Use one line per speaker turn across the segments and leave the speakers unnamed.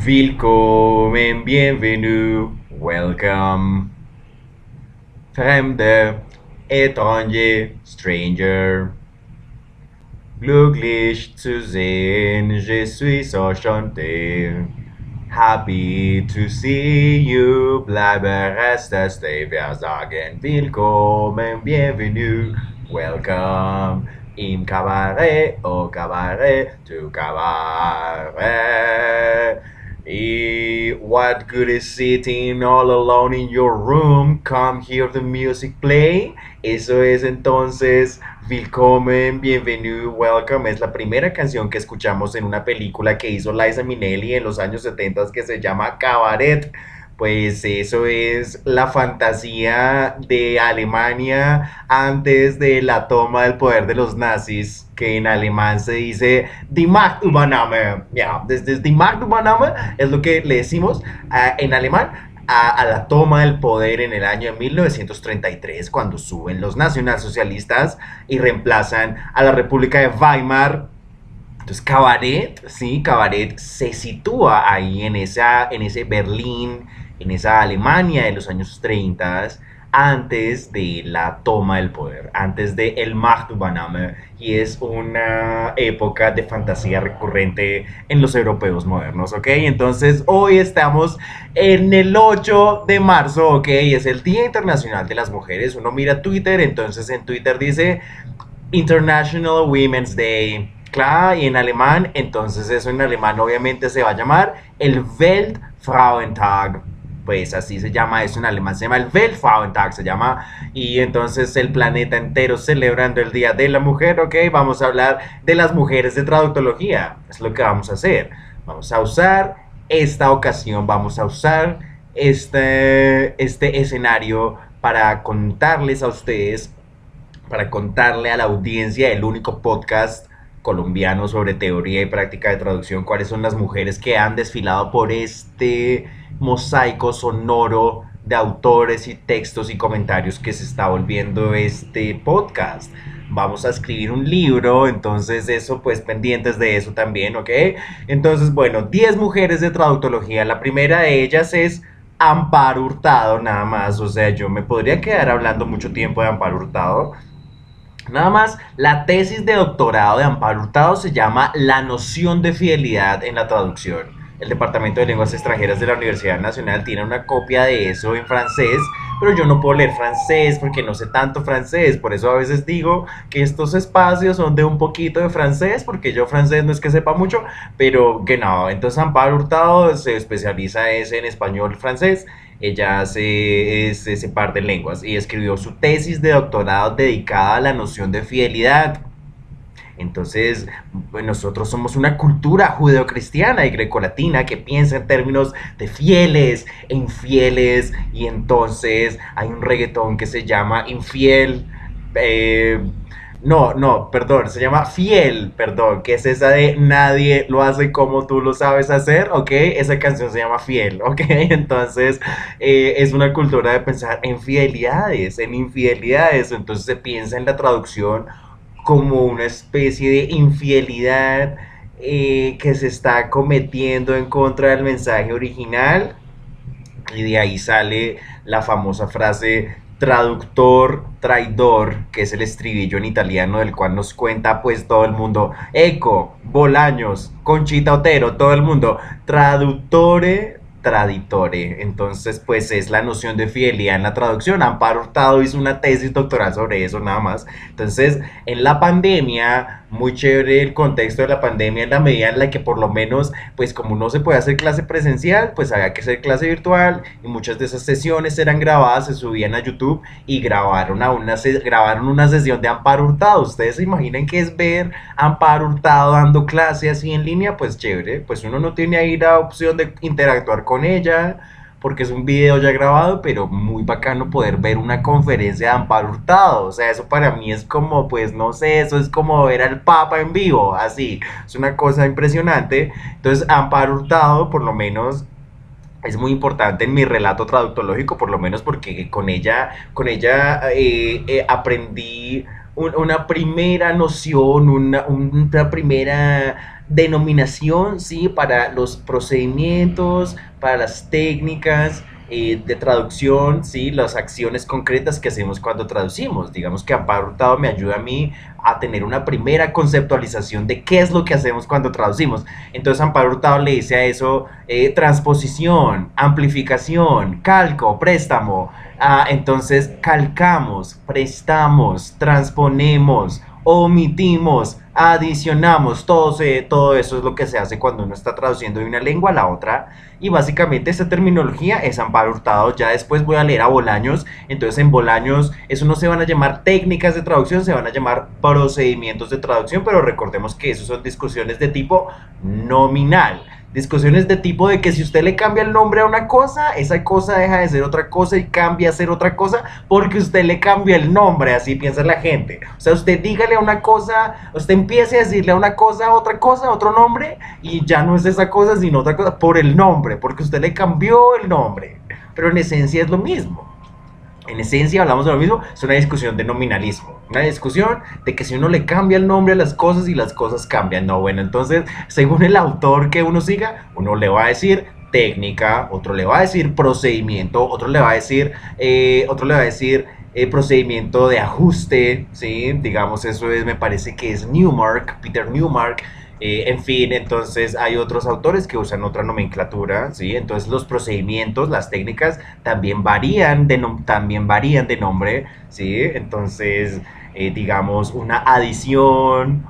Willkommen, bienvenue, welcome. Fremde, étranger, stranger. Glücklich zu sehen, je suis enchanté. Happy to see you, bleibe reste, stay. Wir sagen willkommen, bienvenue, welcome. Im Cabaret, au Cabaret, to Cabaret. What good is sitting all alone in your room? Come hear the music play. Eso es entonces Willkommen, Bienvenue, Welcome. Es la primera canción que escuchamos en una película que hizo Liza Minnelli en los años 70 que se llama Cabaret. Pues eso es la fantasía de Alemania antes de la toma del poder de los nazis, que en alemán se dice Die Machtübernahme. Ya, desde Die Machtübernahme es lo que le decimos en alemán a la toma del poder en el año de 1933, cuando suben los nacionalsocialistas y reemplazan a la República de Weimar. Entonces Cabaret, sí, Cabaret se sitúa ahí en ese Berlín, en esa Alemania de los años 30, antes de la toma del poder, antes de el Machtübernahme, y es una época de fantasía recurrente en los europeos modernos, ¿ok? Entonces hoy estamos en el 8 de marzo, ¿ok? Es el Día Internacional de las Mujeres. Uno mira Twitter, entonces en Twitter dice International Women's Day. Claro, y en alemán, entonces eso en alemán obviamente se va a llamar el Weltfrauentag. Pues así se llama eso en alemán, se llama el Weltfrauentag, se llama, y entonces el planeta entero celebrando el Día de la Mujer, ok, vamos a hablar de las mujeres de traductología, es lo que vamos a hacer, vamos a usar esta ocasión, vamos a usar este escenario para contarles a ustedes, para contarle a la audiencia el único podcast colombiano sobre teoría y práctica de traducción, cuáles son las mujeres que han desfilado por este mosaico sonoro de autores y textos y comentarios que se está volviendo este podcast. Vamos a escribir un libro, entonces eso, pues pendientes de eso también, ¿ok? Entonces, bueno, 10 mujeres de traductología. La primera de ellas es Amparo Hurtado, nada más. O sea, yo me podría quedar hablando mucho tiempo de Amparo Hurtado. Nada más, la tesis de doctorado de Amparo Hurtado se llama La noción de fidelidad en la traducción. El Departamento de Lenguas Extranjeras de la Universidad Nacional tiene una copia de eso en francés, pero yo no puedo leer francés porque no sé tanto francés. Por eso a veces digo que estos espacios son de un poquito de francés, porque yo francés no es que sepa mucho, pero que no. Entonces Amparo Hurtado se especializa en español y francés. Ella hace ese par de lenguas y escribió su tesis de doctorado dedicada a la noción de fidelidad. Entonces, pues nosotros somos una cultura judeocristiana y grecolatina que piensa en términos de fieles e infieles, y entonces hay un reggaetón que se llama Infiel. eh, no, perdón, se llama Fiel, perdón, que es esa de Nadie lo hace como tú lo sabes hacer, ¿ok? Esa canción se llama Fiel, ¿ok? Entonces, es una cultura de pensar en fidelidades, en infidelidades, entonces se piensa en la traducción como una especie de infidelidad que se está cometiendo en contra del mensaje original, y de ahí sale la famosa frase traductor traidor, que es el estribillo en italiano del cual nos cuenta pues todo el mundo, Eco, Bolaños, Conchita Otero, todo el mundo, traductore traditore. Entonces pues es la noción de fidelidad en la traducción. Amparo Hurtado hizo una tesis doctoral sobre eso nada más. Entonces en la pandemia, muy chévere el contexto de la pandemia, en la medida en la que por lo menos pues como no se puede hacer clase presencial, pues había que hacer clase virtual, y muchas de esas sesiones eran grabadas, se subían a YouTube, y grabaron una sesión de Amparo Hurtado. Ustedes se imaginan que es ver a Amparo Hurtado dando clase así en línea. Pues chévere, pues uno no tiene ahí la opción de interactuar con ella porque es un video ya grabado, pero muy bacano poder ver una conferencia de Amparo Hurtado. O sea, eso para mí es como, pues no sé, eso es como ver al Papa en vivo, así, es una cosa impresionante. Entonces Amparo Hurtado por lo menos es muy importante en mi relato traductológico, por lo menos porque con ella aprendí una primera noción, una primera denominación, ¿sí? Para los procedimientos, para las técnicas de traducción, ¿sí? Las acciones concretas que hacemos cuando traducimos. Digamos que Amparo Hurtado me ayuda a mí a tener una primera conceptualización de qué es lo que hacemos cuando traducimos. Entonces Amparo Hurtado le dice a eso transposición, amplificación, calco, préstamo. Entonces calcamos, prestamos, transponemos, omitimos, adicionamos, todo eso es lo que se hace cuando uno está traduciendo de una lengua a la otra. Y básicamente esta terminología es Amparo Hurtado. Ya después voy a leer a Bolaños. Entonces en Bolaños eso no se van a llamar técnicas de traducción, se van a llamar procedimientos de traducción, pero recordemos que eso son discusiones de tipo nominal. Discusiones de tipo de que si usted le cambia el nombre a una cosa, esa cosa deja de ser otra cosa y cambia a ser otra cosa porque usted le cambia el nombre, así piensa la gente. O sea, usted dígale a una cosa, usted empiece a decirle a una cosa, otro nombre, y ya no es esa cosa, sino otra cosa por el nombre, porque usted le cambió el nombre. Pero en esencia es lo mismo. En esencia hablamos de lo mismo, es una discusión de nominalismo, una discusión de que si uno le cambia el nombre a las cosas y las cosas cambian, no, bueno, entonces según el autor que uno siga, uno le va a decir técnica, otro le va a decir procedimiento, otro le va a decir procedimiento de ajuste, ¿sí? Digamos, eso es, me parece que es Newmark, Peter Newmark. En fin, entonces hay otros autores que usan otra nomenclatura, ¿sí? Entonces los procedimientos, las técnicas también varían de nombre, ¿sí? Entonces, digamos, una adición,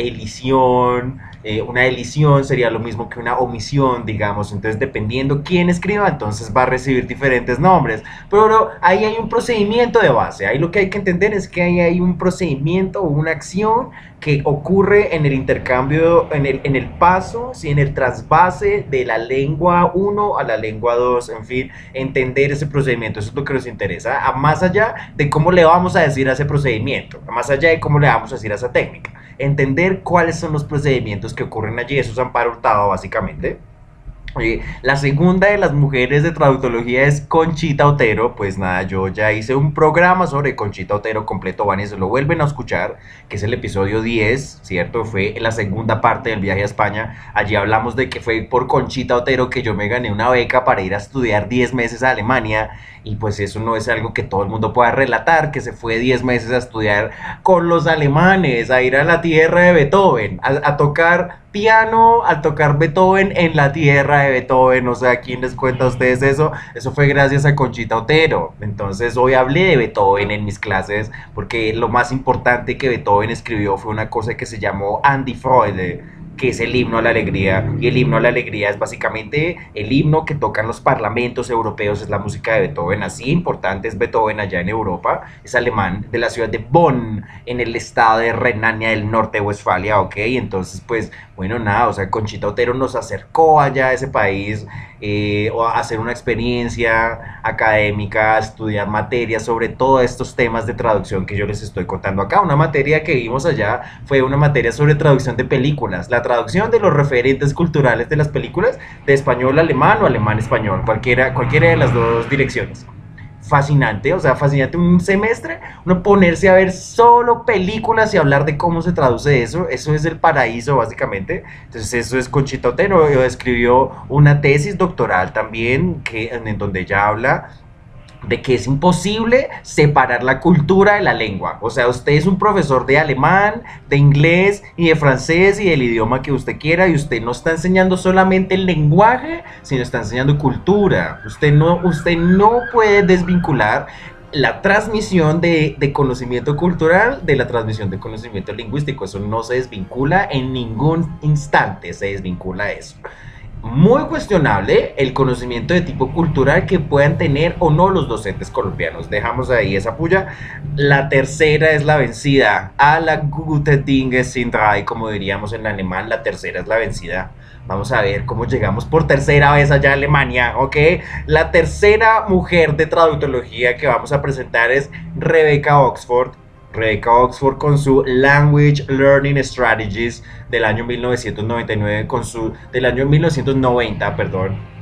una elisión sería lo mismo que una omisión, digamos. Entonces, dependiendo quién escriba, entonces va a recibir diferentes nombres. Pero ahí hay un procedimiento de base. Ahí lo que hay que entender es que ahí hay un procedimiento o una acción que ocurre en el intercambio, en el paso, ¿sí? En el trasvase de la lengua uno a la lengua 2, en fin, entender ese procedimiento, eso es lo que nos interesa, más allá de cómo le vamos a decir a ese procedimiento, más allá de cómo le vamos a decir a esa técnica, entender cuáles son los procedimientos que ocurren allí, eso es Amparo Hurtado básicamente. La segunda de las mujeres de traductología es Conchita Otero. Pues nada, yo ya hice un programa sobre Conchita Otero completo, van y se lo vuelven a escuchar, que es el episodio 10, ¿cierto? Fue la segunda parte del viaje a España. Allí hablamos de que fue por Conchita Otero que yo me gané una beca para ir a estudiar 10 meses a Alemania. Y pues eso no es algo que todo el mundo pueda relatar, que se fue 10 meses a estudiar con los alemanes, a ir a la tierra de Beethoven, a tocar piano, al tocar Beethoven en la tierra de Beethoven. O sea, ¿quién les cuenta a ustedes eso? Eso fue gracias a Conchita Otero. Entonces hoy hablé de Beethoven en mis clases porque lo más importante que Beethoven escribió fue una cosa que se llamó Andy Freude, que es el himno a la alegría. Y el himno a la alegría es básicamente el himno que tocan los parlamentos europeos, es la música de Beethoven. Así importante es Beethoven allá en Europa, es alemán, de la ciudad de Bonn, en el estado de Renania del Norte de Westfalia, ok. Entonces pues bueno, nada, o sea, Conchita Otero nos acercó allá a ese país, a hacer una experiencia académica, a estudiar materias sobre todos estos temas de traducción que yo les estoy contando acá. Una materia que vimos allá fue una materia sobre traducción de películas, la traducción de los referentes culturales de las películas de español a alemán o alemán a español, cualquiera de las dos direcciones. Fascinante, o sea, fascinante un semestre, uno ponerse a ver solo películas y hablar de cómo se traduce eso es el paraíso básicamente. Entonces eso es Conchita Otero, escribió una tesis doctoral también en donde ella habla de que es imposible separar la cultura de la lengua. O sea, usted es un profesor de alemán, de inglés y de francés y del idioma que usted quiera, y usted no está enseñando solamente el lenguaje, sino está enseñando cultura. Usted no puede desvincular la transmisión de conocimiento cultural de la transmisión de conocimiento lingüístico. Eso no se desvincula en ningún instante, se desvincula eso. Muy cuestionable el conocimiento de tipo cultural que puedan tener o no los docentes colombianos. Dejamos ahí esa puya. La tercera es la vencida. A la gute Dinge sind drei, como diríamos en alemán, la tercera es la vencida. Vamos a ver cómo llegamos por tercera vez allá a Alemania, ¿ok? La tercera mujer de traductología que vamos a presentar es Rebecca Oxford. Rebecca Oxford con su Language Learning Strategies del año 1999, del año 1990, perdón.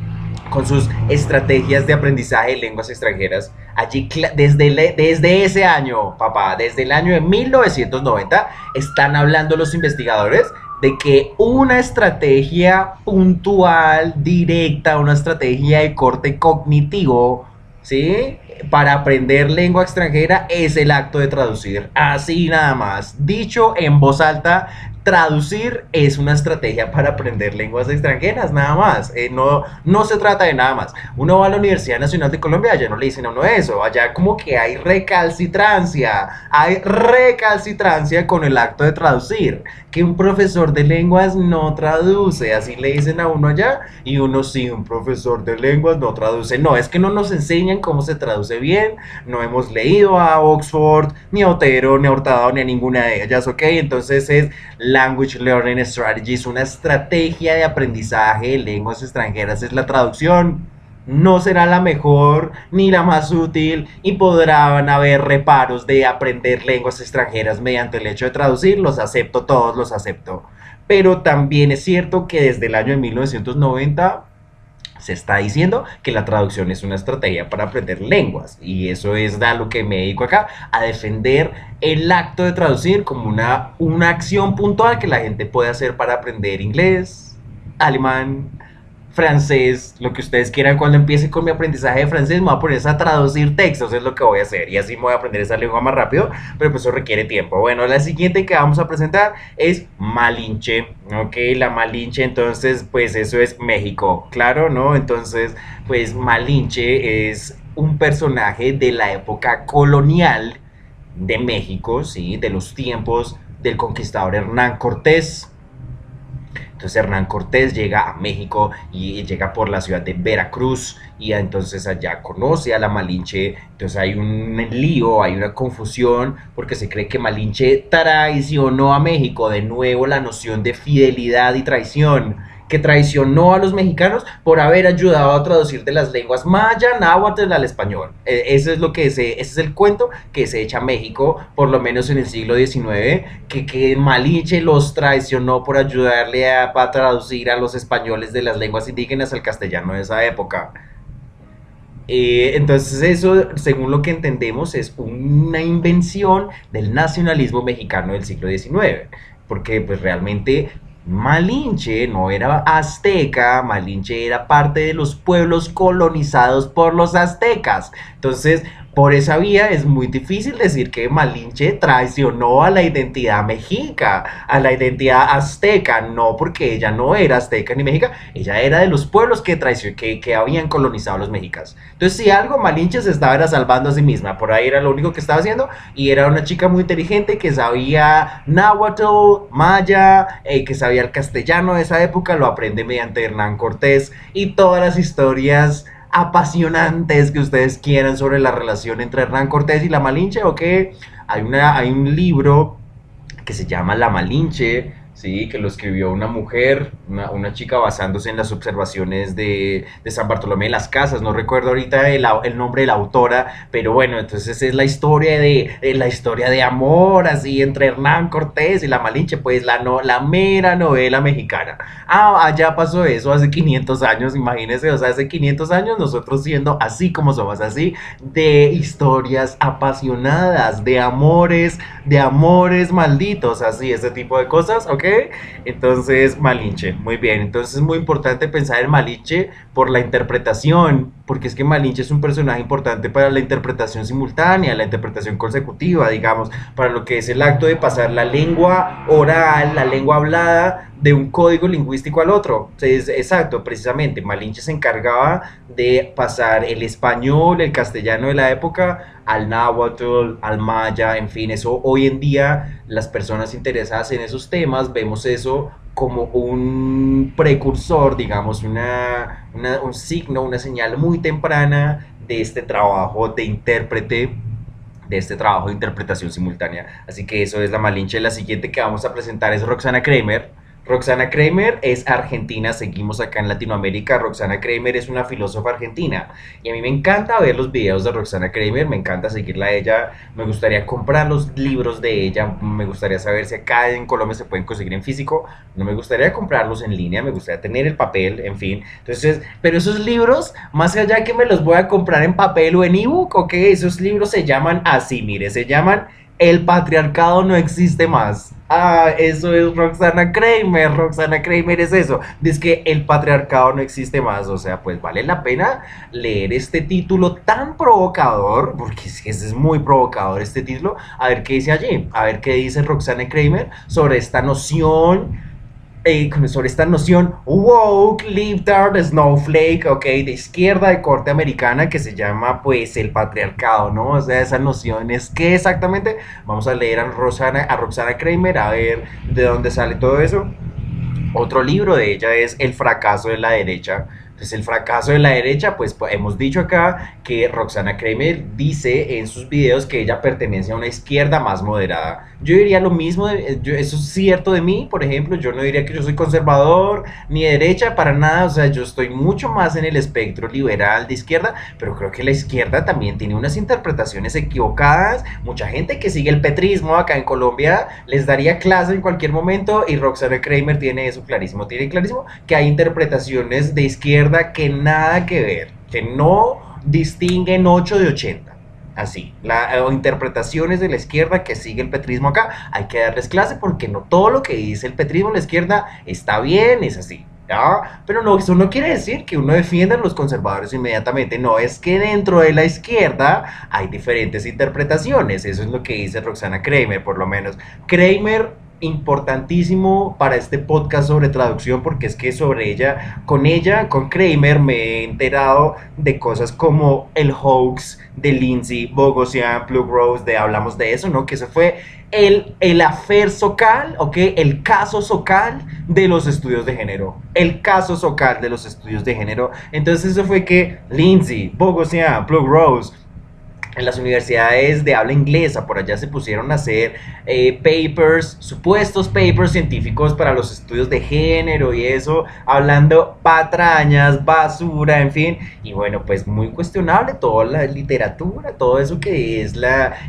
con sus estrategias de aprendizaje de lenguas extranjeras. Allí, desde ese año, papá, desde el año de 1990, están hablando los investigadores de que una estrategia puntual, directa, una estrategia de corte cognitivo, ¿sí? Para aprender lengua extranjera es el acto de traducir. Así nada más. Dicho en voz alta, traducir es una estrategia para aprender lenguas extranjeras, nada más. No se trata de nada más. Uno va a la Universidad Nacional de Colombia, allá no le dicen a uno eso. Allá como que hay recalcitrancia con el acto de traducir. Que un profesor de lenguas no traduce, así le dicen a uno allá. Y uno sí, un profesor de lenguas no traduce. No, es que no nos enseñan cómo se traduce bien. No hemos leído a Oxford, ni a Otero, ni a Hurtado, ni a ninguna de ellas, ¿ok? Entonces es Language Learning Strategies, una estrategia de aprendizaje de lenguas extranjeras, es la traducción. No será la mejor ni la más útil y podrán haber reparos de aprender lenguas extranjeras mediante el hecho de traducir, los acepto, todos los acepto. Pero también es cierto que desde el año de 1990 se está diciendo que la traducción es una estrategia para aprender lenguas y eso es a lo que me dedico acá, a defender el acto de traducir como una acción puntual que la gente puede hacer para aprender inglés, alemán, francés, lo que ustedes quieran. Cuando empiece con mi aprendizaje de francés me voy a poner a traducir textos, es lo que voy a hacer y así me voy a aprender esa lengua más rápido, pero pues eso requiere tiempo. Bueno, la siguiente que vamos a presentar es Malinche, ok, la Malinche, entonces pues eso es México, claro, ¿no? Entonces pues Malinche es un personaje de la época colonial de México, ¿sí? De los tiempos del conquistador Hernán Cortés. Entonces Hernán Cortés llega a México y llega por la ciudad de Veracruz y entonces allá conoce a la Malinche. Entonces hay un lío, hay una confusión porque se cree que Malinche traicionó a México. De nuevo la noción de fidelidad y traición, que traicionó a los mexicanos por haber ayudado a traducir de las lenguas maya, náhuatl al español. Eso es lo que ese es el cuento que se echa a México, por lo menos en el siglo XIX, que Malinche los traicionó por ayudarle a traducir a los españoles de las lenguas indígenas al castellano de esa época. Entonces eso, según lo que entendemos, es una invención del nacionalismo mexicano del siglo XIX, porque pues realmente Malinche no era azteca, Malinche era parte de los pueblos colonizados por los aztecas. Entonces, por esa vía es muy difícil decir que Malinche traicionó a la identidad mexica, a la identidad azteca, no porque ella no era azteca ni mexica, ella era de los pueblos que habían colonizado a los mexicas. Entonces, si algo, Malinche se estaba salvando a sí misma, por ahí era lo único que estaba haciendo, y era una chica muy inteligente que sabía náhuatl, maya, que sabía el castellano de esa época, lo aprende mediante Hernán Cortés y todas las historias apasionantes que ustedes quieran sobre la relación entre Hernán Cortés y la Malinche, o que hay un libro que se llama La Malinche, ¿sí? Que lo escribió una mujer, una chica basándose en las observaciones de San Bartolomé de las Casas. No recuerdo ahorita el nombre de la autora, pero bueno, entonces es la historia de amor así entre Hernán Cortés y la Malinche, pues la mera novela mexicana. Allá pasó eso hace 500 años, imagínense, o sea, hace 500 años nosotros siendo así como somos, así, de historias apasionadas, de amores malditos, así, ese tipo de cosas, ¿ok? Entonces, Malinche, muy bien. Entonces es muy importante pensar en Malinche por la interpretación, porque es que Malinche es un personaje importante para la interpretación simultánea, la interpretación consecutiva, digamos, para lo que es el acto de pasar la lengua oral, la lengua hablada, de un código lingüístico al otro. Exacto, precisamente, Malinche se encargaba de pasar el español, el castellano de la época, al náhuatl, al maya, en fin, eso hoy en día las personas interesadas en esos temas vemos eso como un precursor, digamos, un signo, una señal muy temprana de este trabajo de intérprete, de este trabajo de interpretación simultánea. Así que eso es la Malinche. La siguiente que vamos a presentar es Roxana Kramer. Roxana Kramer es argentina, seguimos acá en Latinoamérica. Roxana Kramer es una filósofa argentina y a mí me encanta ver los videos de Roxana Kramer, me encanta seguirla a ella, me gustaría comprar los libros de ella, me gustaría saber si acá en Colombia se pueden conseguir en físico, no me gustaría comprarlos en línea, me gustaría tener el papel, en fin. Entonces, pero esos libros, más allá que me los voy a comprar en papel o en ebook, ok, esos libros se llaman así, mire, se llaman El patriarcado no existe más. Ah, eso es Roxana Kramer. Roxana Kramer es eso. Dice que el patriarcado no existe más. O sea, pues vale la pena leer este título tan provocador, porque es que es muy provocador este título. A ver qué dice allí. A ver qué dice Roxana Kramer sobre esta noción, sobre esta noción woke, libtard, snowflake, ok, de izquierda, de corte americana, que se llama pues el patriarcado, ¿no? O sea, esa noción es que exactamente, vamos a leer a Roxana Kramer, a ver de dónde sale todo eso. Otro libro de ella es El fracaso de la derecha. Entonces, el fracaso de la derecha, pues hemos dicho acá que Roxana Kramer dice en sus videos que ella pertenece a una izquierda más moderada. Yo diría lo mismo, eso es cierto de mí, por ejemplo, yo no diría que yo soy conservador ni de derecha para nada, o sea, yo estoy mucho más en el espectro liberal de izquierda, pero creo que la izquierda también tiene unas interpretaciones equivocadas. Mucha gente que sigue el petrismo acá en Colombia les daría clase en cualquier momento y Roxana Kramer tiene clarísimo que hay interpretaciones de izquierda que nada que ver, que no distinguen 8 de 80. Así, o interpretaciones de la izquierda que sigue el petrismo acá, hay que darles clase porque no todo lo que dice el petrismo en la izquierda está bien, es así. ¿Ya? Pero no, eso no quiere decir que uno defienda a los conservadores inmediatamente, no, es que dentro de la izquierda hay diferentes interpretaciones, eso es lo que dice Roxana Kramer, por lo menos. Kramer importantísimo para este podcast sobre traducción porque es que sobre con Kramer me he enterado de cosas como el hoax de Lindsay Bogosian, Plug Rose, de hablamos de eso, ¿no? Que eso fue el affair Socal, ¿ok? El caso Socal de los estudios de género. El caso Socal de los estudios de género. Entonces eso fue que Lindsay Bogosian, Plug Rose, en las universidades de habla inglesa, por allá se pusieron a hacer papers, supuestos papers científicos para los estudios de género y eso, hablando patrañas, basura, en fin, y bueno, pues muy cuestionable toda la literatura, todo eso que es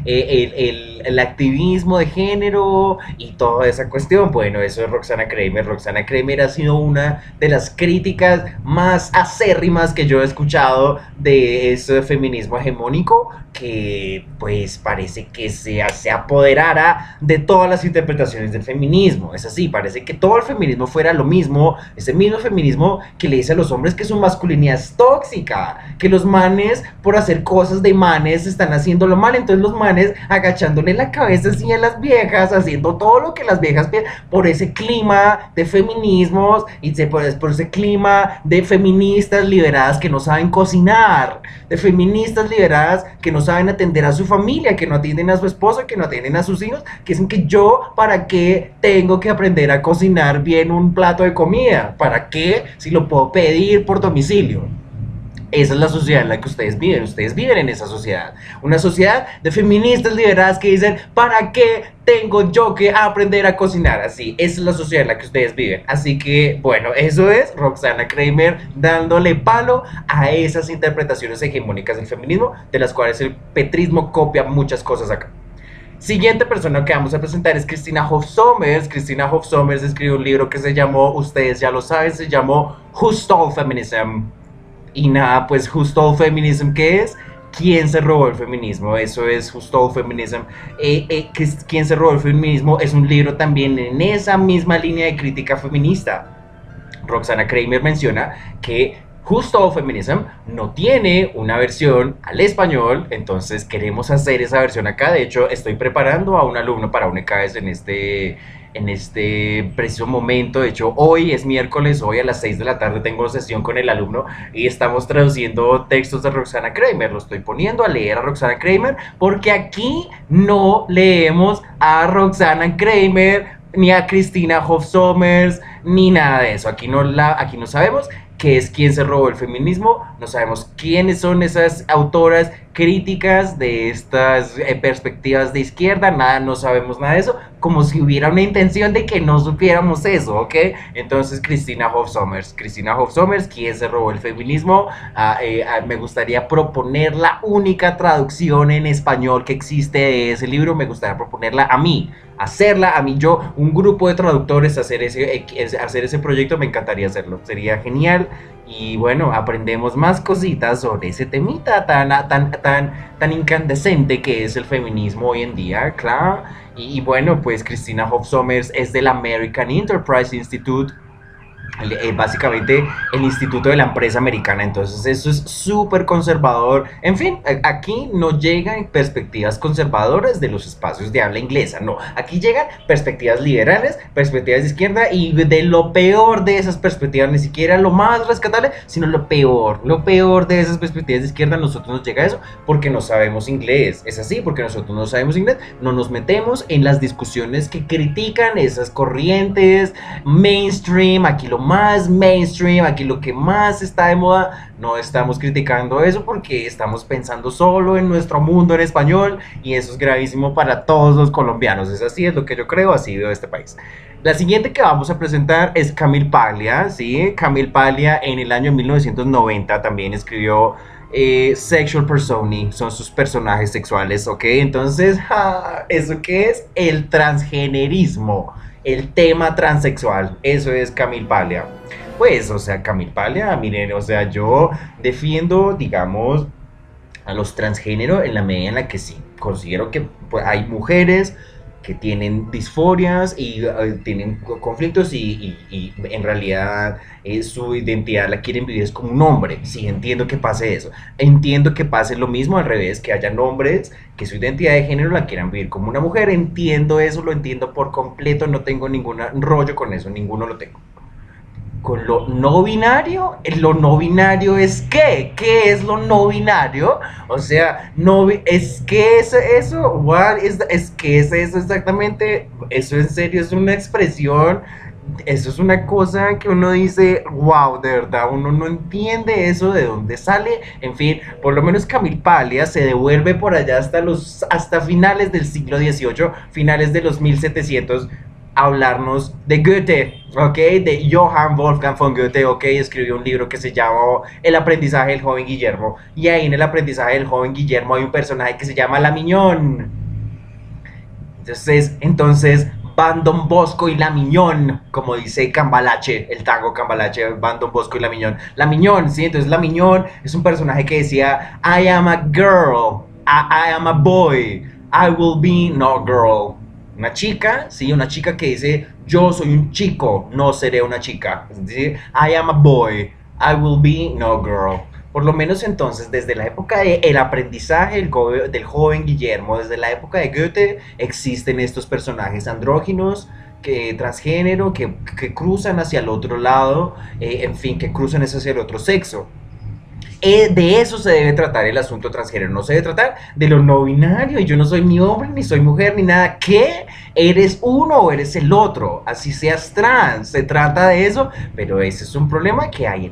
el activismo de género y toda esa cuestión. Bueno, eso es Roxana Kramer. Roxana Kramer ha sido una de las críticas más acérrimas que yo he escuchado de eso de feminismo hegemónico, que pues parece que se apoderara de todas las interpretaciones del feminismo. Es así, parece que todo el feminismo fuera lo mismo, ese mismo feminismo que le dice a los hombres que su masculinidad es tóxica, que los manes por hacer cosas de manes están haciéndolo mal, entonces los manes agachándole la cabeza así a las viejas, haciendo todo lo que las viejas piden, por ese clima de feminismos y por ese clima de feministas liberadas que no saben cocinar, de feministas liberadas que no saben atender a su familia, que no atienden a su esposo, que no atienden a sus hijos, que dicen que yo, ¿para qué tengo que aprender a cocinar bien un plato de comida? ¿Para qué si lo puedo pedir por domicilio? Esa es la sociedad en la que ustedes viven en esa sociedad, una sociedad de feministas liberadas que dicen, ¿para qué tengo yo que aprender a cocinar? Así, esa es la sociedad en la que ustedes viven. Así que, bueno, eso es Roxana Kramer dándole palo a esas interpretaciones hegemónicas del feminismo, de las cuales el petrismo copia muchas cosas acá. Siguiente persona que vamos a presentar es Christina Hoff Sommers. Christina Hoff Sommers escribió un libro que se llamó, ustedes ya lo saben, se llamó Who Stole Feminism. Y nada, pues Who Stole Feminism, ¿qué es? ¿Quién se robó el feminismo? Eso es Who Stole Feminism. ¿Quién se robó el feminismo? Es un libro también en esa misma línea de crítica feminista. Roxana Kramer menciona que Who Stole Feminism no tiene una versión al español, entonces queremos hacer esa versión acá. De hecho, estoy preparando a un alumno para un ECAES en este preciso momento. De hecho, hoy es miércoles, hoy a las 6 de la tarde tengo sesión con el alumno y estamos traduciendo textos de Roxana Kramer. Lo estoy poniendo a leer a Roxana Kramer porque aquí no leemos a Roxana Kramer ni a Christina Hoff Sommers ni nada de eso. Aquí no sabemos qué es quién se robó el feminismo, no sabemos quiénes son esas autoras críticas de estas perspectivas de izquierda, nada, no sabemos nada de eso, como si hubiera una intención de que no supiéramos eso, ¿ok? Entonces, Christina Hoff Sommers, quien se robó el feminismo, me gustaría proponer la única traducción en español que existe de ese libro, me gustaría proponerla a mí, hacerla a mí, yo, un grupo de traductores, hacer ese proyecto, me encantaría hacerlo, sería genial. Y bueno, aprendemos más cositas sobre ese temita tan incandescente que es el feminismo hoy en día, claro. Bueno, pues Christina Hoff Sommers es del American Enterprise Institute, básicamente el instituto de la empresa americana, entonces eso es súper conservador. En fin, aquí no llegan perspectivas conservadoras de los espacios de habla inglesa, no, aquí llegan perspectivas liberales, perspectivas de izquierda, y de lo peor de esas perspectivas, ni siquiera lo más rescatable, sino lo peor de esas perspectivas de izquierda. A nosotros nos llega eso porque no sabemos inglés, es así, porque nosotros no sabemos inglés, no nos metemos en las discusiones que critican esas corrientes mainstream. Aquí lo más mainstream, aquí lo que más está de moda, no estamos criticando eso porque estamos pensando solo en nuestro mundo en español, y eso es gravísimo para todos los colombianos. Es así, es lo que yo creo, así veo este país. La siguiente que vamos a presentar es Camille Paglia, ¿sí? Camille Paglia en el año 1990 también escribió Sexual Personae, son sus personajes sexuales, ¿ok? Entonces, ¿eso qué es? El transgenerismo, el tema transexual, eso es Camille Paglia. Pues, o sea, Camille Paglia, miren, o sea, yo defiendo, digamos, a los transgéneros en la medida en la que sí, considero que pues, hay mujeres que tienen disforias y tienen conflictos, y en realidad su identidad la quieren vivir es como un hombre. Sí, entiendo que pase eso. Entiendo que pase lo mismo al revés, que hayan hombres que su identidad de género la quieran vivir como una mujer. Entiendo eso, lo entiendo por completo, no tengo ningún rollo con eso, ninguno lo tengo. Con lo no binario es ¿qué es lo no binario? O sea, no es que eso, what es que es eso exactamente, eso en serio es una expresión, eso es una cosa que uno dice, wow, de verdad, uno no entiende eso, de dónde sale. En fin, por lo menos Camille Paglia se devuelve por allá hasta finales del siglo XVIII, finales de los 1700, hablarnos de Goethe, ¿ok? De Johann Wolfgang von Goethe, ¿ok? Escribió un libro que se llama El aprendizaje del joven Guillermo, y ahí en el aprendizaje del joven Guillermo hay un personaje que se llama La Miñón. Entonces Van Don Bosco y La Miñón, como dice Cambalache, el tango Cambalache, Van Don Bosco y La Miñón. La Miñón, ¿sí? Entonces La Miñón es un personaje que decía, I am a girl, I am a boy, I will be no girl. Una chica, sí, una chica que dice, yo soy un chico, no seré una chica. Es decir, I am a boy, I will be no girl. Por lo menos entonces, desde la época del aprendizaje del joven Guillermo, desde la época de Goethe, existen estos personajes andróginos, transgénero, que cruzan hacia el otro lado, en fin, que cruzan hacia el otro sexo. De eso se debe tratar el asunto transgénero, no se debe tratar de lo no binario, y yo no soy ni hombre, ni soy mujer, ni nada. ¿Qué? ¿Eres uno o eres el otro? Así seas trans, se trata de eso, pero ese es un problema que hay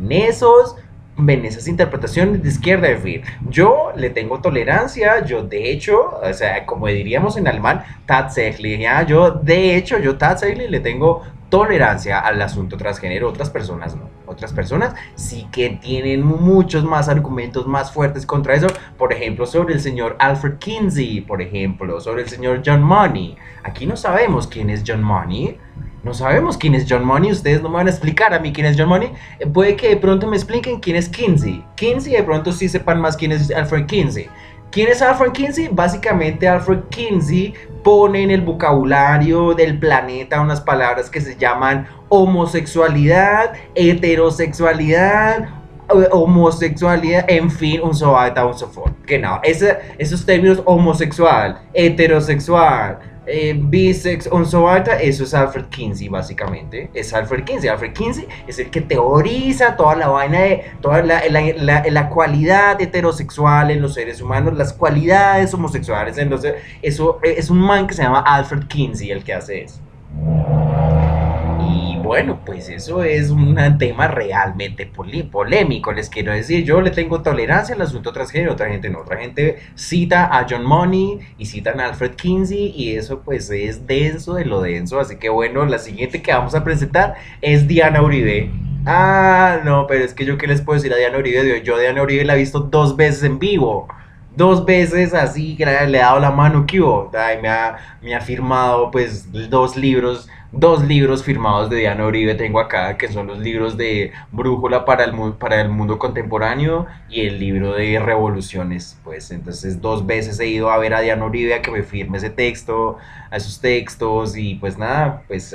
en esas interpretaciones de izquierda. En fin, yo le tengo tolerancia, yo de hecho, o sea, como diríamos en alemán, tatsächlich, ¿ya? Yo tatsächlich le tengo tolerancia al asunto transgénero, otras personas no. Otras personas sí que tienen muchos más argumentos más fuertes contra eso, por ejemplo, sobre el señor Alfred Kinsey, por ejemplo, sobre el señor John Money. Aquí no sabemos quién es John Money. No sabemos quién es John Money, ustedes no me van a explicar a mí quién es John Money. Puede que de pronto me expliquen quién es Kinsey. Kinsey de pronto sí sepan más quién es Alfred Kinsey. ¿Quién es Alfred Kinsey? Básicamente Alfred Kinsey pone en el vocabulario del planeta unas palabras que se llaman homosexualidad, heterosexualidad, homosexualidad, en fin, un so weiter und so fort. Genau, esos términos homosexual, heterosexual, bisex, un so weiter, eso es Alfred Kinsey básicamente, es Alfred Kinsey. Alfred Kinsey es el que teoriza toda la vaina de toda la cualidad heterosexual en los seres humanos, las cualidades homosexuales en eso es un man que se llama Alfred Kinsey el que hace eso. Y bueno, pues eso es un tema realmente polémico, les quiero decir. Yo le tengo tolerancia al asunto transgénero, otra gente no. Otra gente cita a John Money y citan a Alfred Kinsey y eso pues es denso de lo denso. Así que bueno, la siguiente que vamos a presentar es Diana Uribe. Ah, no, pero es que yo qué les puedo decir a Diana Uribe. Yo a Diana Uribe la he visto 2 veces en vivo. 2 veces así, que le he dado la mano, que hubo. Ay, me ha firmado pues 2 libros firmados de Diana Uribe tengo acá, que son los libros de Brújula para el mundo contemporáneo y el libro de Revoluciones. Pues entonces 2 veces he ido a ver a Diana Uribe a que me firme ese texto, a esos textos y pues nada, pues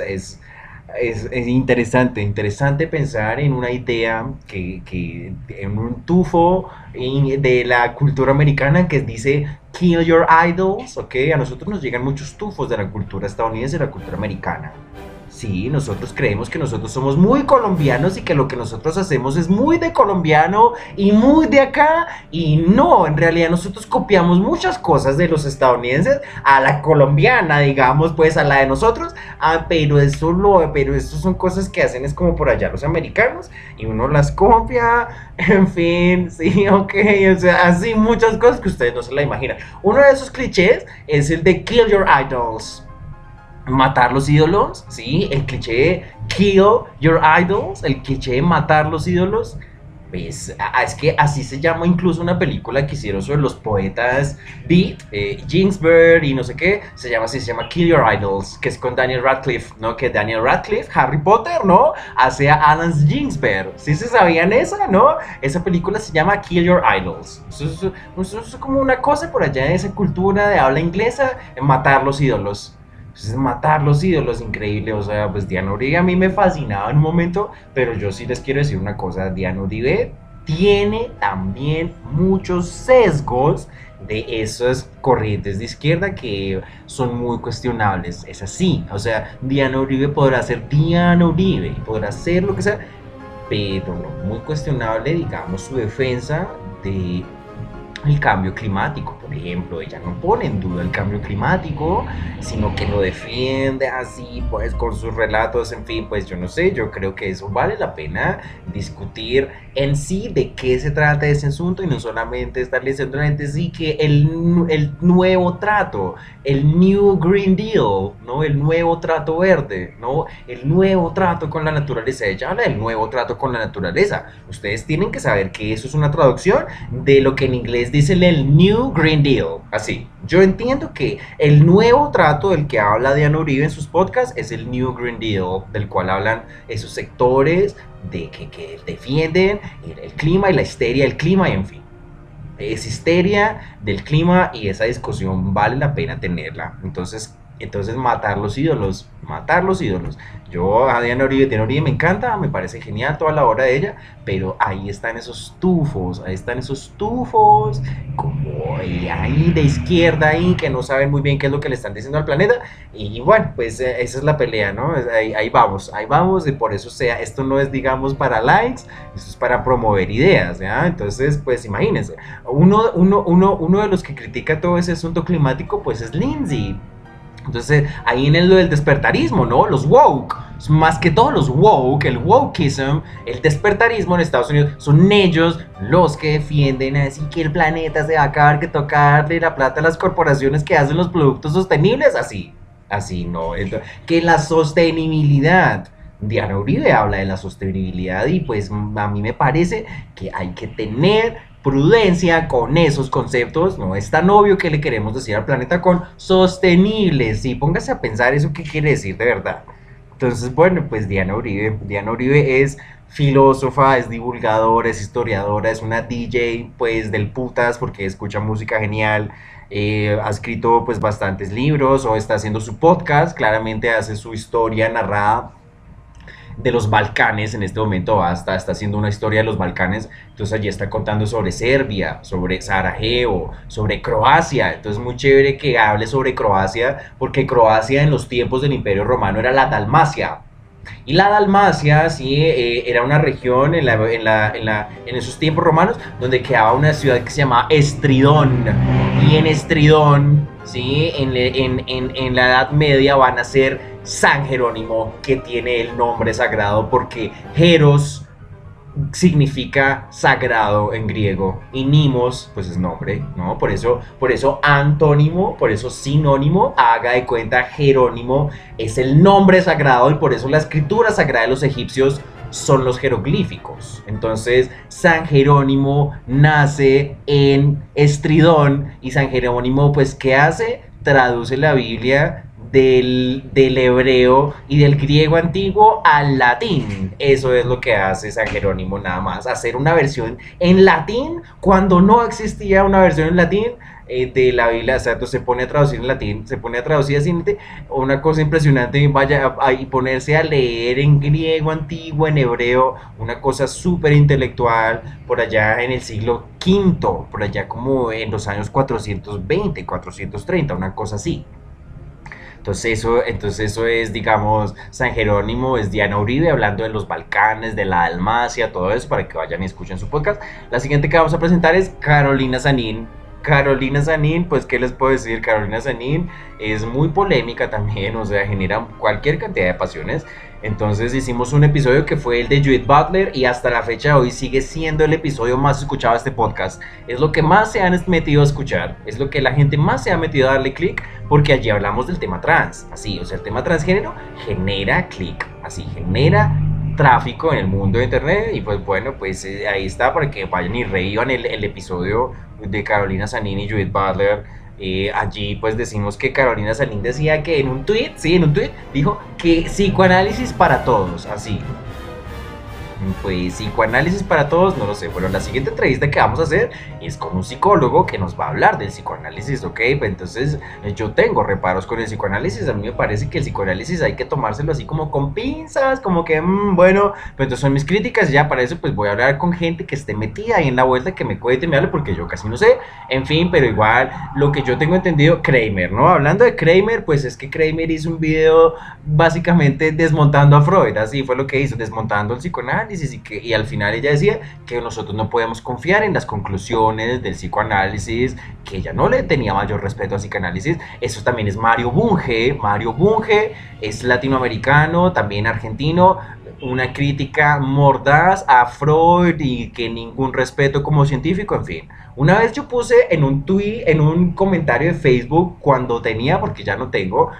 es interesante, interesante pensar en una idea en un tufo de la cultura americana que dice kill your idols, ¿ok? A nosotros nos llegan muchos tufos de la cultura estadounidense y de la cultura americana. Sí, nosotros creemos que nosotros somos muy colombianos y que lo que nosotros hacemos es muy de colombiano y muy de acá. Y no, en realidad nosotros copiamos muchas cosas de los estadounidenses a la colombiana, digamos, pues a la de nosotros. Ah, pero eso son cosas que hacen es como por allá los americanos y uno las copia, en fin, sí, ok, o sea, así muchas cosas que ustedes no se la imaginan. Uno de esos clichés es el de kill your idols, matar los ídolos, ¿sí? El cliché de kill your idols, el cliché de matar los ídolos, pues es que así se llama incluso una película que hicieron sobre los poetas Beat, Ginsberg y no sé qué, se llama así, se llama Kill Your Idols, que es con Daniel Radcliffe, ¿no? Que Daniel Radcliffe, Harry Potter, ¿no? Hace a Alan Ginsberg, ¿sí se sabían esa, no? Esa película se llama Kill Your Idols, eso es como una cosa por allá de esa cultura de habla inglesa, matar los ídolos. Entonces, matar los ídolos, increíble. O sea, pues Diana Uribe a mí me fascinaba en un momento, pero yo sí les quiero decir una cosa: Diana Uribe tiene también muchos sesgos de esas corrientes de izquierda que son muy cuestionables. Es así. O sea, Diana Uribe podrá ser Diana Uribe, podrá ser lo que sea, pero no, muy cuestionable, digamos, su defensa de el cambio climático, por ejemplo. Ella no pone en duda el cambio climático, sino que lo defiende así, pues con sus relatos, en fin, pues yo no sé, yo creo que eso vale la pena discutir en sí de qué se trata ese asunto y no solamente estarle diciendo a sí que el nuevo trato, el New Green Deal, ¿no? El nuevo trato verde, ¿no? El nuevo trato con la naturaleza. Ella habla del nuevo trato con la naturaleza. Ustedes tienen que saber que eso es una traducción de lo que en inglés dicen el New Green Deal. Así, yo entiendo que el nuevo trato del que habla Diana Uribe en sus podcasts es el New Green Deal, del cual hablan esos sectores de que defienden el clima y la histeria del clima y en fin. Es histeria del clima y esa discusión vale la pena tenerla. Entonces matar los ídolos, matar los ídolos. Yo a Diana Uribe me encanta, me parece genial toda la obra de ella, pero ahí están esos tufos, como ahí de izquierda ahí, que no saben muy bien qué es lo que le están diciendo al planeta, y bueno, pues esa es la pelea, ¿no? Ahí vamos, y por eso sea, esto no es, digamos, para likes, esto es para promover ideas, ¿ya? Entonces, pues imagínense, uno de los que critica todo ese asunto climático, pues es Lindsay. Entonces, ahí en lo del despertarismo, ¿no? Los woke, más que todos los woke, el wokeism, el despertarismo en Estados Unidos, son ellos los que defienden así que el planeta se va a acabar, que toca darle la plata a las corporaciones que hacen los productos sostenibles, así no. Entonces, que la sostenibilidad, Diana Uribe habla de la sostenibilidad y pues a mí me parece que hay que tener prudencia con esos conceptos. No es tan obvio que le queremos decir al planeta con sostenibles. Sí, póngase a pensar eso qué quiere decir de verdad. Entonces, bueno, pues Diana Uribe es filósofa, es divulgadora, es historiadora, es una DJ pues del putas porque escucha música genial. Ha escrito pues bastantes libros o está haciendo su podcast, claramente hace su historia narrada de los Balcanes en este momento, está haciendo una historia de los Balcanes, entonces allí está contando sobre Serbia, sobre Sarajevo, sobre Croacia, entonces muy chévere que hable sobre Croacia, porque Croacia en los tiempos del Imperio Romano era la Dalmacia, y la Dalmacia, sí, era una región en esos tiempos romanos donde quedaba una ciudad que se llamaba Estridón. Y en Estridón ¿sí? En la Edad Media van a ser San Jerónimo, que tiene el nombre sagrado porque Jeros significa sagrado en griego y nimos pues es nombre, ¿no? Por eso antónimo, por eso sinónimo, haga de cuenta Jerónimo es el nombre sagrado y por eso la escritura sagrada de los egipcios son los jeroglíficos. Entonces San Jerónimo nace en Estridón y San Jerónimo pues ¿qué hace? Traduce la Biblia del hebreo y del griego antiguo al latín. Eso es lo que hace San Jerónimo nada más, hacer una versión en latín cuando no existía una versión en latín de la Biblia. O sea, se pone a traducir en latín, se pone a traducir así, una cosa impresionante, vaya y ponerse a leer en griego antiguo, en hebreo, una cosa súper intelectual, por allá en el siglo V, por allá como en los años 420, 430, una cosa así. Entonces eso es, digamos, San Jerónimo, es Diana Uribe hablando de los Balcanes, de la Dalmacia, todo eso, para que vayan y escuchen su podcast. La siguiente que vamos a presentar es Carolina Sanín. Carolina Sanín, pues, ¿qué les puedo decir? Carolina Sanín es muy polémica también, o sea, genera cualquier cantidad de pasiones. Entonces hicimos un episodio que fue el de Judith Butler y hasta la fecha de hoy sigue siendo el episodio más escuchado de este podcast. Es lo que más se han metido a escuchar, es lo que la gente más se ha metido a darle clic porque allí hablamos del tema trans. Así, o sea, el tema transgénero genera clic, así, genera tráfico en el mundo de internet y pues bueno, pues ahí está para que vayan y reíban el episodio de Carolina Sanín y Judith Butler. Allí pues decimos que Carolina Sanín decía que en un tweet, sí, en un tweet, dijo que psicoanálisis para todos, así. Pues psicoanálisis para todos, no lo sé. Bueno, la siguiente entrevista que vamos a hacer es con un psicólogo que nos va a hablar del psicoanálisis, ¿ok? Entonces yo tengo reparos con el psicoanálisis. A mí me parece que el psicoanálisis hay que tomárselo así como con pinzas, como que, bueno, pues entonces son mis críticas y ya para eso pues voy a hablar con gente que esté metida ahí en la vuelta, que me cuente, me hable, porque yo casi no sé. En fin, pero igual lo que yo tengo entendido, Kramer, ¿no? Hablando de Kramer, pues es que Kramer hizo un video básicamente desmontando a Freud, así fue lo que hizo, desmontando el psicoanálisis y al final ella decía que nosotros no podemos confiar en las conclusiones del psicoanálisis, que ella no le tenía mayor respeto al psicoanálisis. Eso también es Mario Bunge. Mario Bunge es latinoamericano, también argentino, una crítica mordaz a Freud y que ningún respeto como científico, en fin. Una vez yo puse en un tweet, en un comentario de Facebook, cuando tenía, porque ya no tengo,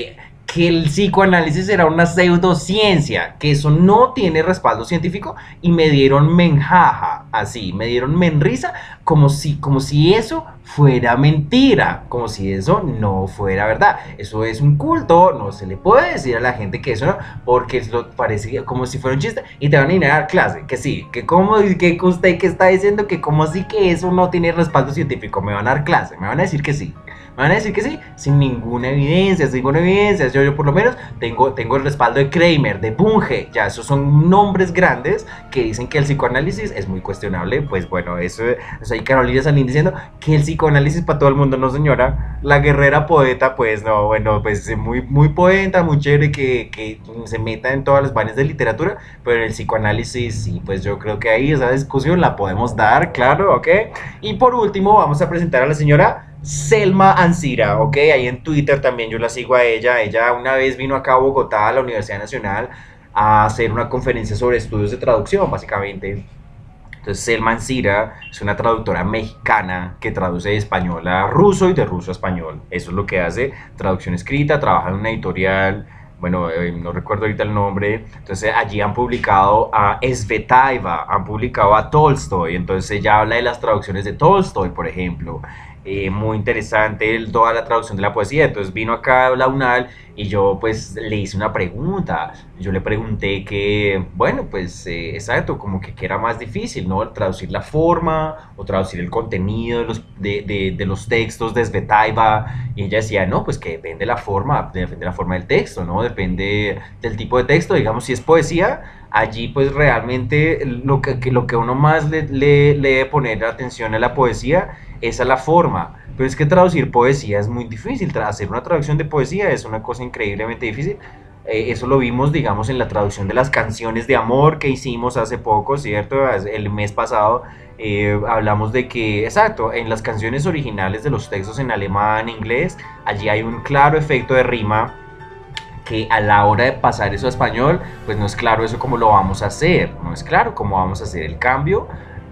que el psicoanálisis era una pseudociencia, que eso no tiene respaldo científico y me dieron menjaja, así, me dieron menrisa, como si eso fuera mentira, como si eso no fuera verdad. Eso es un culto, no se le puede decir a la gente que eso no, porque lo parece como si fuera un chiste y te van a ir a dar clase, que sí, que como que usted que está diciendo que como así que eso no tiene respaldo científico, me van a dar clase, me van a decir que sí. Me van a decir que sí, sin ninguna evidencia, sin ninguna evidencia. Yo por lo menos tengo el respaldo de Kramer, de Bunge. Ya, esos son nombres grandes que dicen que el psicoanálisis es muy cuestionable. Pues bueno, eso ahí Carolina Sanín diciendo que el psicoanálisis para todo el mundo, no señora. La guerrera poeta, pues no, bueno, pues muy, muy poeta, muy chévere que se meta en todas las vainas de literatura. Pero el psicoanálisis, sí, pues yo creo que ahí esa discusión la podemos dar, claro, ¿ok? Y por último, vamos a presentar a la señora Selma Ancira, ok, ahí en Twitter también yo la sigo a ella. Ella una vez vino acá a Bogotá, a la Universidad Nacional, a hacer una conferencia sobre estudios de traducción, básicamente. Entonces, Selma Ancira es una traductora mexicana que traduce de español a ruso y de ruso a español. Eso es lo que hace, traducción escrita, trabaja en una editorial, bueno, no recuerdo ahorita el nombre. Entonces allí han publicado a Svetaeva, han publicado a Tolstoy. Entonces ella habla de las traducciones de Tolstoy, por ejemplo. Muy interesante toda la traducción de la poesía. Entonces vino acá a la UNAL y yo pues le hice una pregunta. Yo le pregunté que, bueno, pues exacto, como que era más difícil, ¿no? Traducir la forma o traducir el contenido de los textos de Svetaeva. Y ella decía, no, pues que depende de la forma del texto, ¿no? Depende del tipo de texto. Digamos, si es poesía, allí pues realmente lo que uno más le debe poner atención a la poesía es a la forma. Pero es que traducir poesía es muy difícil. Hacer una traducción de poesía es una cosa increíblemente difícil. Eso lo vimos, digamos, en la traducción de las canciones de amor que hicimos hace poco, ¿cierto? El mes pasado hablamos de que, exacto, en las canciones originales de los textos en alemán, inglés, allí hay un claro efecto de rima que a la hora de pasar eso a español, pues no es claro eso cómo lo vamos a hacer, no es claro cómo vamos a hacer el cambio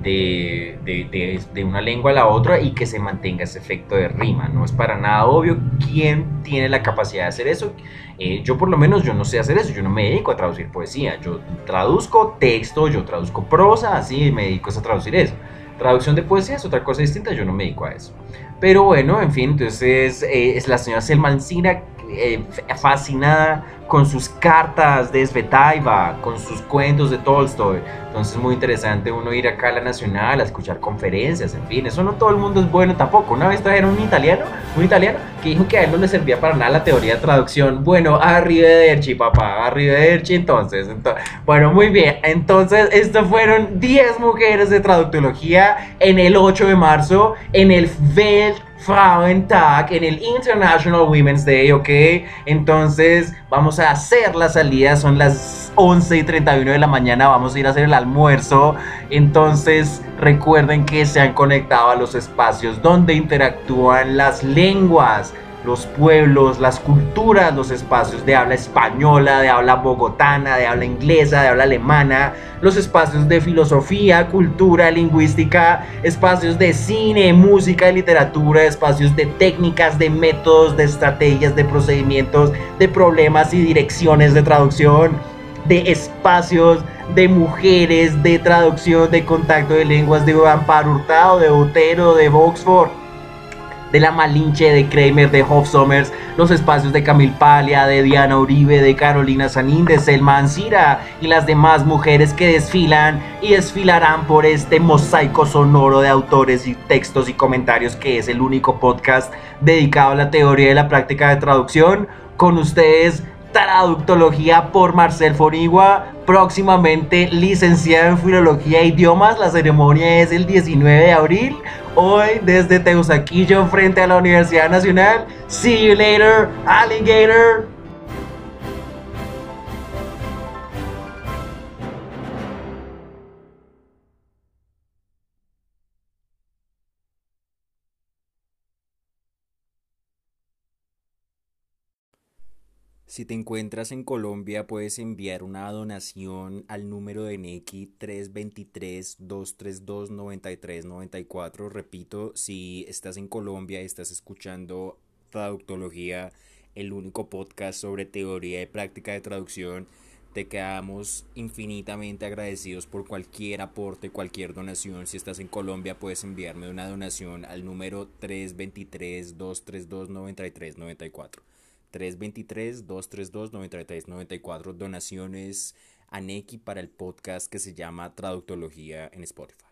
de una lengua a la otra y que se mantenga ese efecto de rima. No es para nada obvio quién tiene la capacidad de hacer eso. Yo por lo menos yo no sé hacer eso, yo no me dedico a traducir poesía, yo traduzco texto, yo traduzco prosa, así me dedico a traducir eso. Traducción de poesía es otra cosa distinta, yo no me dedico a eso. Pero bueno, en fin, entonces es la señora Selmancina fascinada con sus cartas de Svetaiva, con sus cuentos de Tolstoy. Entonces es muy interesante uno ir acá a la Nacional a escuchar conferencias, en fin, eso no todo el mundo es bueno tampoco. Una vez trajeron un italiano que dijo que a él no le servía para nada la teoría de traducción. Bueno, arrivederci, papá, arrivederci entonces. Bueno, muy bien, entonces estos fueron 10 mujeres de traductología en el 8 de marzo, en el Weltfrauentag, en el International Women's Day, ¿ok? Entonces vamos a hacer la salida, son las 11:31 de la mañana, vamos a ir a hacer el almuerzo. Entonces recuerden que se han conectado a los espacios donde interactúan las lenguas, los pueblos, las culturas, los espacios de habla española, de habla bogotana, de habla inglesa, de habla alemana, los espacios de filosofía, cultura, lingüística, espacios de cine, música, de literatura, espacios de técnicas, de métodos, de estrategias, de procedimientos, de problemas y direcciones de traducción, de espacios de mujeres, de traducción, de contacto de lenguas, de Amparo Hurtado, de Botero, de Oxford, de la Malinche, de Kramer, de Hofsommers, los espacios de Camil Paglia, de Diana Uribe, de Carolina Sanín, de Selma Ancira y las demás mujeres que desfilan y desfilarán por este mosaico sonoro de autores y textos y comentarios que es el único podcast dedicado a la teoría y la práctica de traducción. Con ustedes, Traductología por Marcel Forigua, próximamente licenciado en Filología e Idiomas. La ceremonia es el 19 de abril. Hoy desde Teusaquillo frente a la Universidad Nacional. See you later, alligator.
Si te encuentras en Colombia, puedes enviar una donación al número de Nequi 323-232-9394. Repito, si estás en Colombia y estás escuchando Traductología, el único podcast sobre teoría y práctica de traducción, te quedamos infinitamente agradecidos por cualquier aporte, cualquier donación. Si estás en Colombia, puedes enviarme una donación al número 323-232-9394. 323-232-9394. Donaciones a Neki para el podcast que se llama Traductología en Spotify.